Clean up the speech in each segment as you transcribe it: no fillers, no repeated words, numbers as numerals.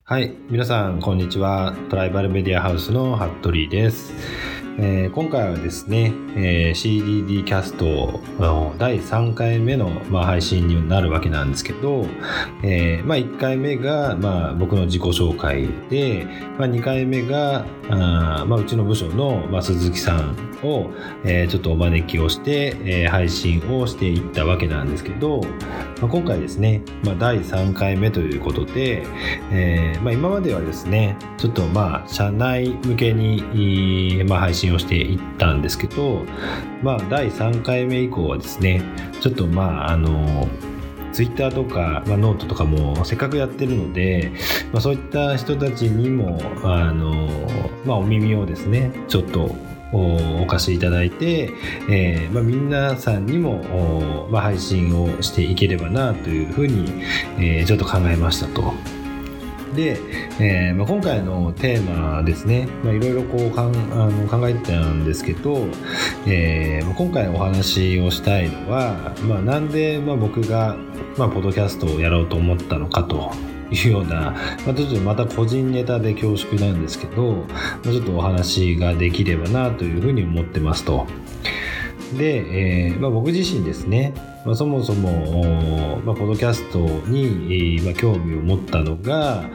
はい、皆さんこんにちは。トライバルメディアハウスの服部です。今回はですね、CDD キャストの第3回目の、配信になるわけなんですけど、1回目が、僕の自己紹介で、2回目がうちの部署の、鈴木さんを、ちょっとお招きをして、配信をしていったわけなんですけど、今回ですね、第3回目ということで、今まではですねちょっと社内向けに、配信をしていったんですけど、第3回目以降はですねちょっとツイッターとか、ノートとかもせっかくやってるので、そういった人たちにもお耳をですねちょっとお貸しいただいて、皆さんにも、配信をしていければなというふうに、ちょっと考えましたと。で、今回のテーマですね、いろいろ考えてたんですけど、今回お話をしたいのは、なんで僕が、ポッドキャストをやろうと思ったのかというような、ちょっとまた個人ネタで恐縮なんですけど、ちょっとお話ができればなというふうに思ってますと。で、僕自身ですね、そもそも、ポッドキャストに、興味を持ったのが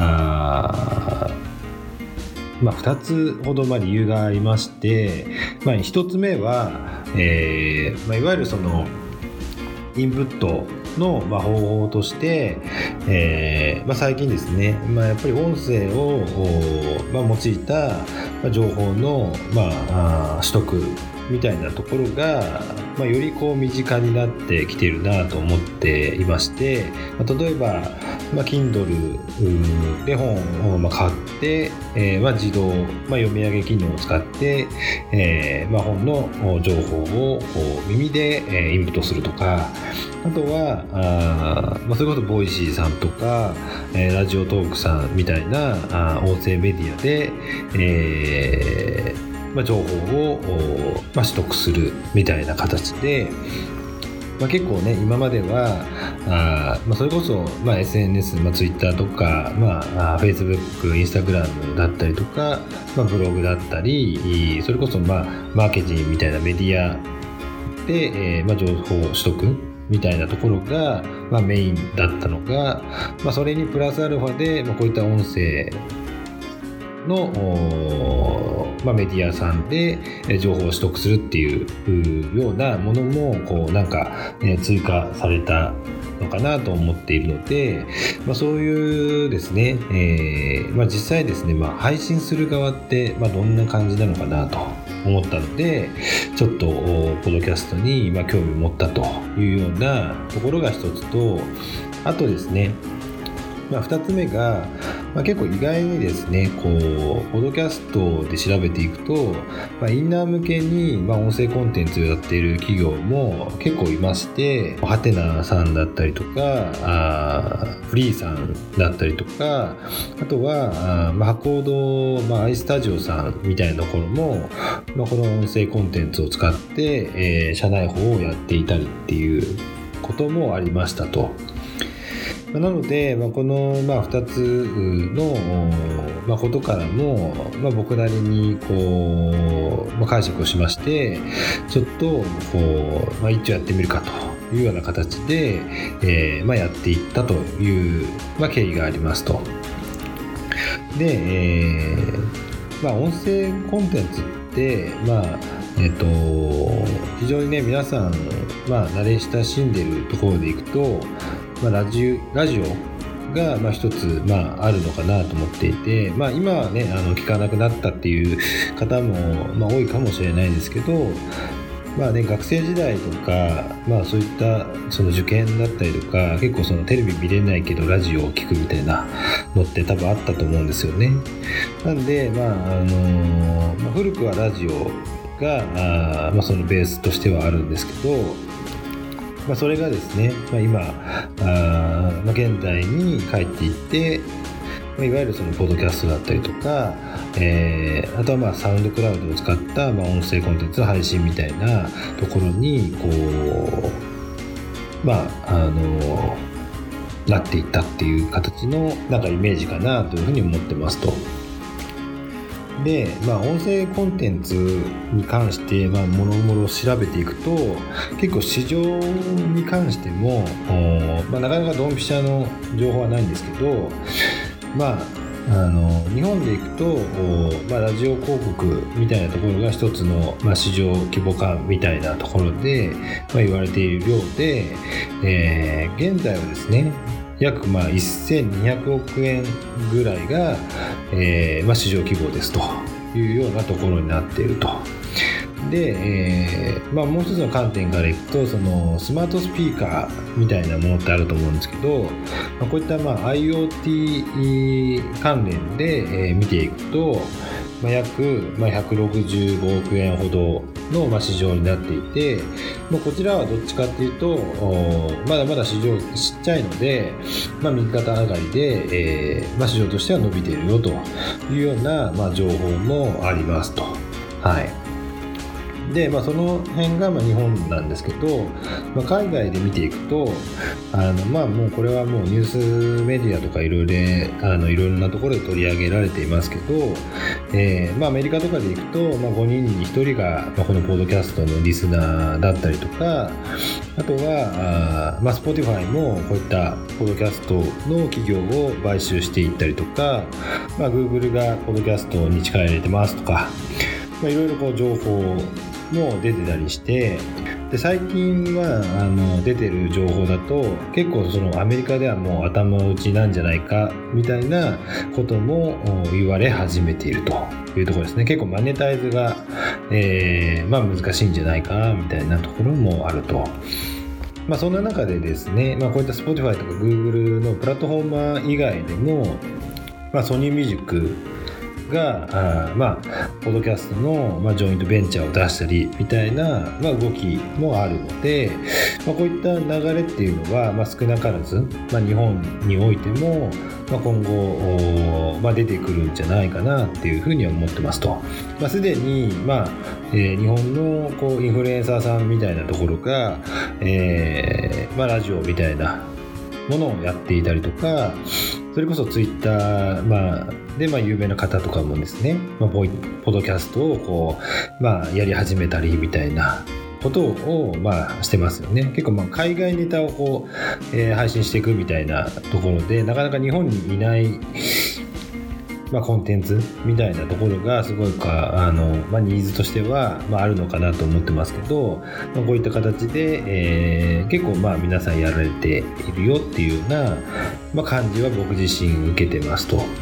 2つほど理由がありまして、1つ目は、いわゆるそのインプットの方法として、最近ですね、やっぱり音声を用いた情報の取得みたいなところが、より身近になってきているなと思っていまして、例えば、Kindle で本を買って、自動、読み上げ機能を使って、本の情報を耳でインプットするとか、あとはそれこそボイシーさんとか、ラジオトークさんみたいな音声メディアで、情報を、取得するみたいな形で、結構ね今まではそれこそ、SNS、Twitter とか、Facebook、Instagram だったりとか、ブログだったり、それこそ、マーケティングみたいなメディアで、情報取得みたいなところが、メインだったのが、それにプラスアルファで、こういった音声のメディアさんで情報を取得するっていうようなものも追加されたのかなと思っているので、そういうですね、実際ですね、配信する側ってどんな感じなのかなと思ったので、ちょっとポッドキャストに興味を持ったというようなところが一つと、あとですね、2つ目が、結構意外にですねポッドキャストで調べていくと、インナー向けに、音声コンテンツをやっている企業も結構いまして、ハテナさんだったりとかフリーさんだったりとか、あとは博報堂、アイスタジオさんみたいなところも、この音声コンテンツを使って、社内報をやっていたりっていうこともありましたと。なので、この2つのことからも、僕なりに解釈をしまして、ちょっと一応やってみるかというような形で、やっていったという、経緯がありますと。で、音声コンテンツって非常にね皆さん、慣れ親しんでいるところでいくと、ラジオが一つあるのかなと思っていて、今はね聞かなくなったっていう方も多いかもしれないですけど、学生時代とか、そういったその受験だったりとか、結構そのテレビ見れないけどラジオを聞くみたいなのって多分あったと思うんですよね。なんで古くはラジオがそのベースとしてはあるんですけど、それがですね、今現代に帰っていって、いわゆるそのポッドキャストだったりとか、あとはサウンドクラウドを使った音声コンテンツの配信みたいなところになっていったっていう形のなんかイメージかなというふうに思ってますと。で、音声コンテンツに関して、もろもろ調べていくと、結構市場に関しても、なかなかドンピシャの情報はないんですけど、日本でいくと、ラジオ広告みたいなところが一つの、市場規模感みたいなところで、言われているようで、現在はですね、約1200億円ぐらいが、市場規模ですというようなところになっていると。で、もう一つの観点からいくと、そのスマートスピーカーみたいなものってあると思うんですけど、こういったIoT 関連で、見ていくと、約165億円ほどの市場になっていて、こちらはどっちかっていうとまだまだ市場ちっちゃいので、右肩上がりで、市場としては伸びているよというような、情報もありますと。はい。で、その辺が日本なんですけど、海外で見ていくともうこれはもうニュースメディアとかいろいろなところで取り上げられていますけど、アメリカとかでいくと、5人に1人が、このポッドキャストのリスナーだったりとか、あとはSpotify もこういったポッドキャストの企業を買収していったりとか、Google がポッドキャストに力入れてますとか、いろいろ情報も出てたりして、で最近は出てる情報だと、結構そのアメリカではもう頭打ちなんじゃないかみたいなことも言われ始めているというところですね。結構マネタイズが、難しいんじゃないかみたいなところもあると。そんな中でですね、こういった Spotify とか Google のプラットフォーマー以外でも、ソニーミュージックがポッドキャストの、ジョイントベンチャーを出したりみたいな、動きもあるので、こういった流れっていうのは、少なからず、日本においても、今後、出てくるんじゃないかなっていうふうには思ってますと。すでに、日本のインフルエンサーさんみたいなところが、ラジオみたいなものをやっていたりとか、それこそツイッター、で有名な方とかもですね、ポッドキャストをやり始めたりみたいなことをしてますよね。結構海外ネタを配信していくみたいなところで、なかなか日本にいないコンテンツみたいなところがすごいニーズとしては、あるのかなと思ってますけど、こういった形で、結構皆さんやられているよっていうような、感じは僕自身受けてますと。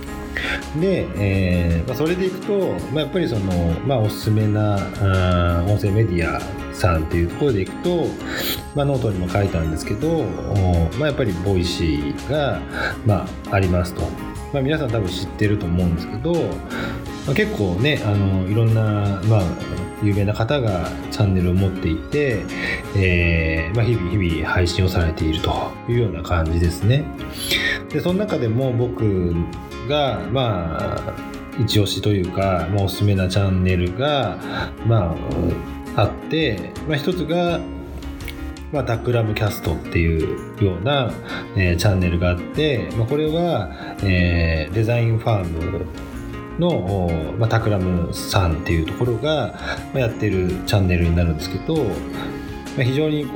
で、それでいくと、やっぱりその、おすすめな音声メディアさんっていうところでいくと、ノートにも書いたんですけど、やっぱりボイシーが、ありますと。皆さん多分知ってると思うんですけど、結構ね、いろんな、有名な方がチャンネルを持っていて、日々配信をされているというような感じですね。でその中でも僕が一押しというか、おすすめなチャンネルがあって、一つがタクラムキャストっていうような、チャンネルがあって、これは、デザインファームの、タクラムさんっていうところが、やってるチャンネルになるんですけど、非常に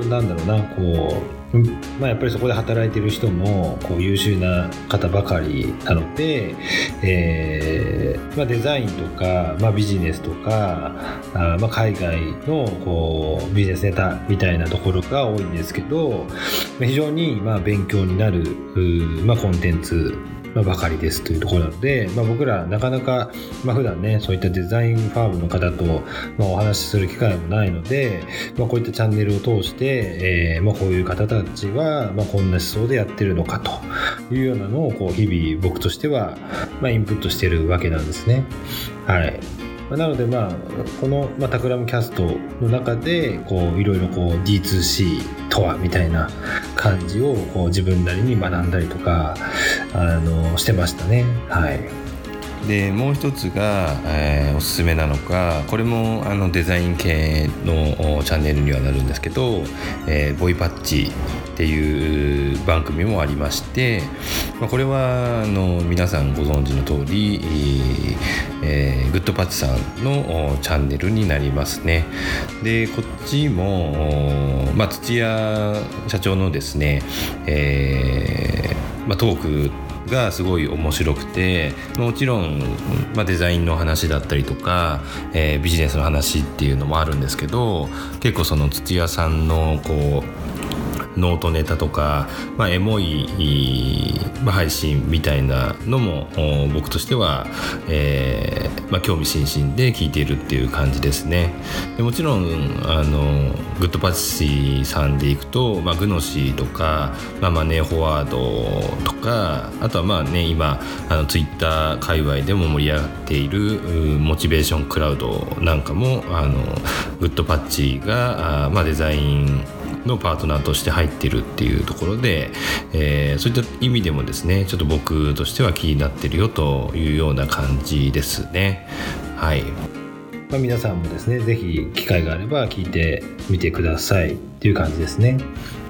やっぱりそこで働いている人も優秀な方ばかりなので、デザインとか、ビジネスとか、海外のビジネスネタみたいなところが多いんですけど、非常に勉強になるコンテンツばかりですというところなので、僕らなかなか、普段ねそういったデザインファームの方と、お話しする機会もないので、こういったチャンネルを通して、こういう方たちは、こんな思想でやってるのかというようなのを日々僕としては、インプットしてるわけなんですね。はい。なのでこのタクラムキャストの中でいろいろD2C とはみたいな感じを自分なりに学んだりとかしてましたね。はい。 でもう一つが、おすすめなのが、これもデザイン系のチャンネルにはなるんですけど、ボイパッチっていう番組もありまして、これは皆さんご存知の通り、グッドパッチさんのチャンネルになりますね。でこっちも、土屋社長のですね、トークがすごい面白くて、もちろん、デザインの話だったりとか、ビジネスの話っていうのもあるんですけど、結構その土屋さんのノートネタとか、エモい、配信みたいなのも僕としては、興味津々で聞いているっていう感じですね。でもちろんグッドパッチさんでいくと、グノシーとか、マネーフォワードとか、あとは今ツイッター界隈でも盛り上がっているモチベーションクラウドなんかもグッドパッチが、デザインのパートナーとして入っているっていうところで、そういった意味でもですね、ちょっと僕としては気になってるよというような感じですね。はい。 皆さんもですね、ぜひ機会があれば聞いてみてくださいっていう感じですね。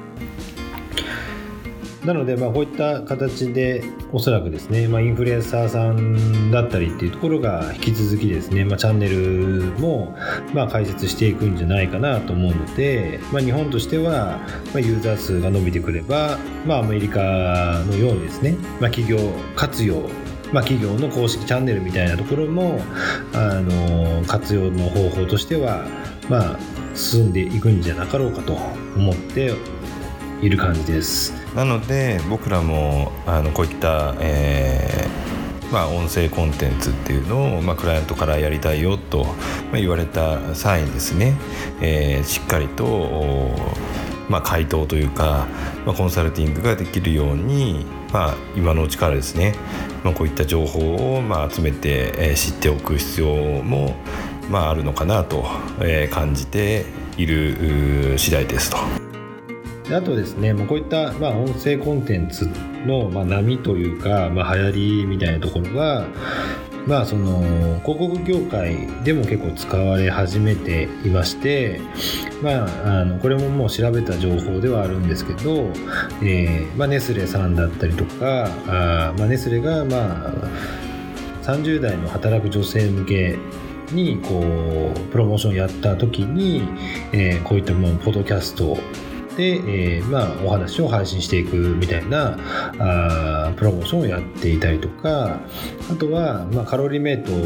なのでこういった形でおそらくですね、インフルエンサーさんだったりっていうところが引き続きですね、チャンネルも開設していくんじゃないかなと思うので、日本としてはユーザー数が伸びてくれば、アメリカのようにですね、企業活用、企業の公式チャンネルみたいなところも活用の方法としては進んでいくんじゃなかろうかと思っている感じです。 なので僕らもこういった、音声コンテンツっていうのを、クライアントからやりたいよと、言われた際にですね、しっかりと、回答というか、コンサルティングができるように、今のうちからですね、こういった情報を、集めて、知っておく必要も、あるのかなと、感じている次第ですと。 あとですね、こういった音声コンテンツの波というか、流行りみたいなところが、その広告業界でも結構使われ始めていまして、これももう調べた情報ではあるんですけど、ネスレさんだったりとか、ネスレが30代の働く女性向けにプロモーションやった時に、こういったポッドキャストで、お話を配信していくみたいなプロモーションをやっていたりとか、あとは、カロリーメイト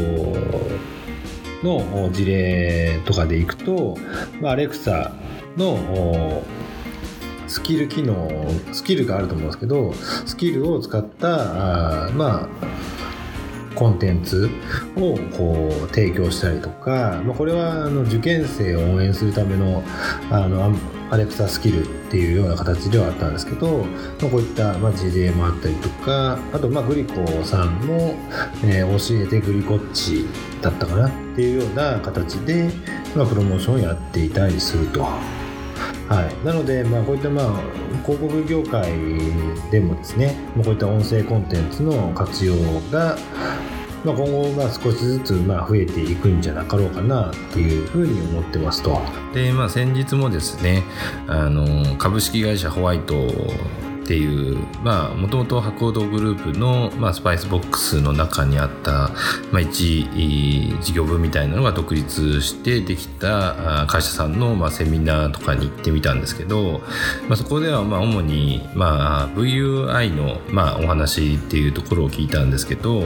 の事例とかでいくと、アレクサのスキル機能、スキルがあると思うんですけど、スキルを使ったコンテンツを提供したりとか、これは受験生を応援するためのアレクサスキルっていうような形ではあったんですけど、こういった事例もあったりとか、あとグリコさんも、教えてグリコッチだったかなっていうような形で、プロモーションをやっていたりすると。なので、こういった広告業界でもですね、こういった音声コンテンツの活用が今後少しずつ増えていくんじゃなかろうかなっていうふうに思ってますと。 で、先日もですね、株式会社ホワイトっていうもともと博報堂グループの、スパイスボックスの中にあった、一事業部みたいなのが独立してできた会社さんの、セミナーとかに行ってみたんですけど、そこでは主に、VUI の、お話っていうところを聞いたんですけど、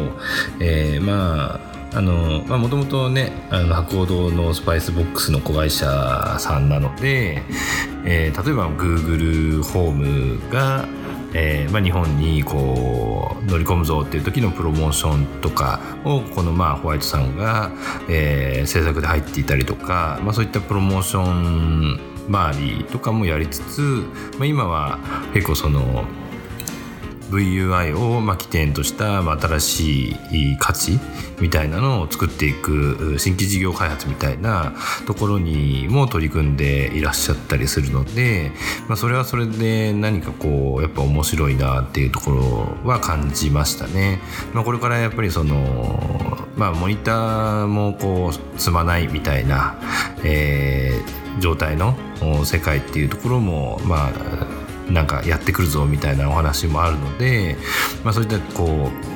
もともとね、博報堂のスパイスボックスの子会社さんなので、例えば Google ホームが、日本に乗り込むぞっていう時のプロモーションとかをこのホワイトさんが、制作で入っていたりとか、そういったプロモーション周りとかもやりつつ、今は結構その VUI を起点とした新しい価値みたいなのを作っていく新規事業開発みたいなところにも取り組んでいらっしゃったりするので、それはそれで何かこうやっぱ面白いなっていうところは感じましたね。これからやっぱりそのモニターもこう積まないみたいな、状態の世界っていうところもなんかやってくるぞみたいなお話もあるので、そういったこう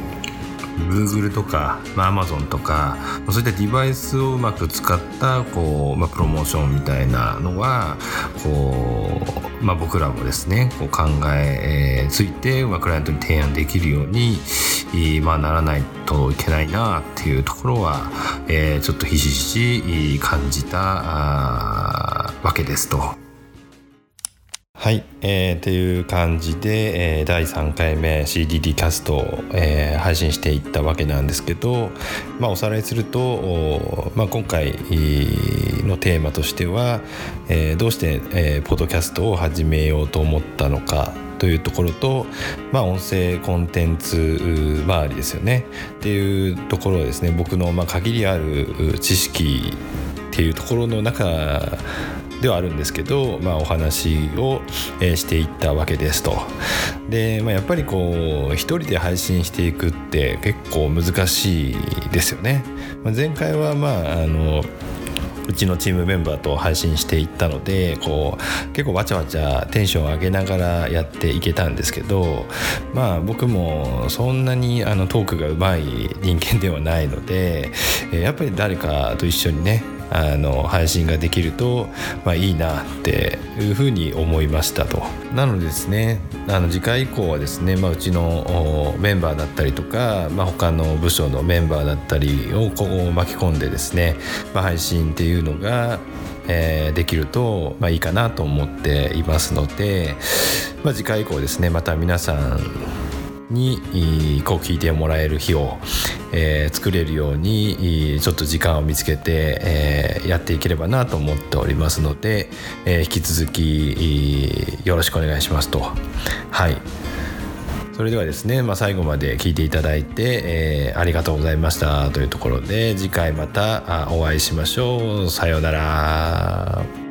Google とか、Amazon とかそういったデバイスをうまく使ったこう、プロモーションみたいなのはこう、僕らもですねこう考えついて、クライアントに提案できるように、ならないといけないなっていうところは、ちょっとひしひし感じたわけですと。はい、という感じで、第3回目 CDD キャストを、配信していったわけなんですけど、おさらいすると、今回のテーマとしては、どうして、ポッドキャストを始めようと思ったのかというところと、音声コンテンツ周りですよねっていうところをですね、僕の限りある知識っていうところの中ではあるんですけど、お話をしていったわけですと。で、やっぱりこう一人で配信していくって結構難しいですよね。前回はうちのチームメンバーと配信していったのでこう結構わちゃわちゃテンション上げながらやっていけたんですけど、僕もそんなにトークが上手い人間ではないので、やっぱり誰かと一緒にね配信ができると、いいなっていうふうに思いましたと。なのでですね次回以降はですね、うちのメンバーだったりとか、他の部署のメンバーだったりをこう巻き込んでですね、配信っていうのができると、いいかなと思っていますので、次回以降ですねまた皆さんにこう聞いてもらえる日を、作れるようにちょっと時間を見つけて、やっていければなと思っておりますので、引き続きよろしくお願いしますと。はい、それではですね、最後まで聞いていただいて、ありがとうございましたというところで、次回またお会いしましょう。さようなら。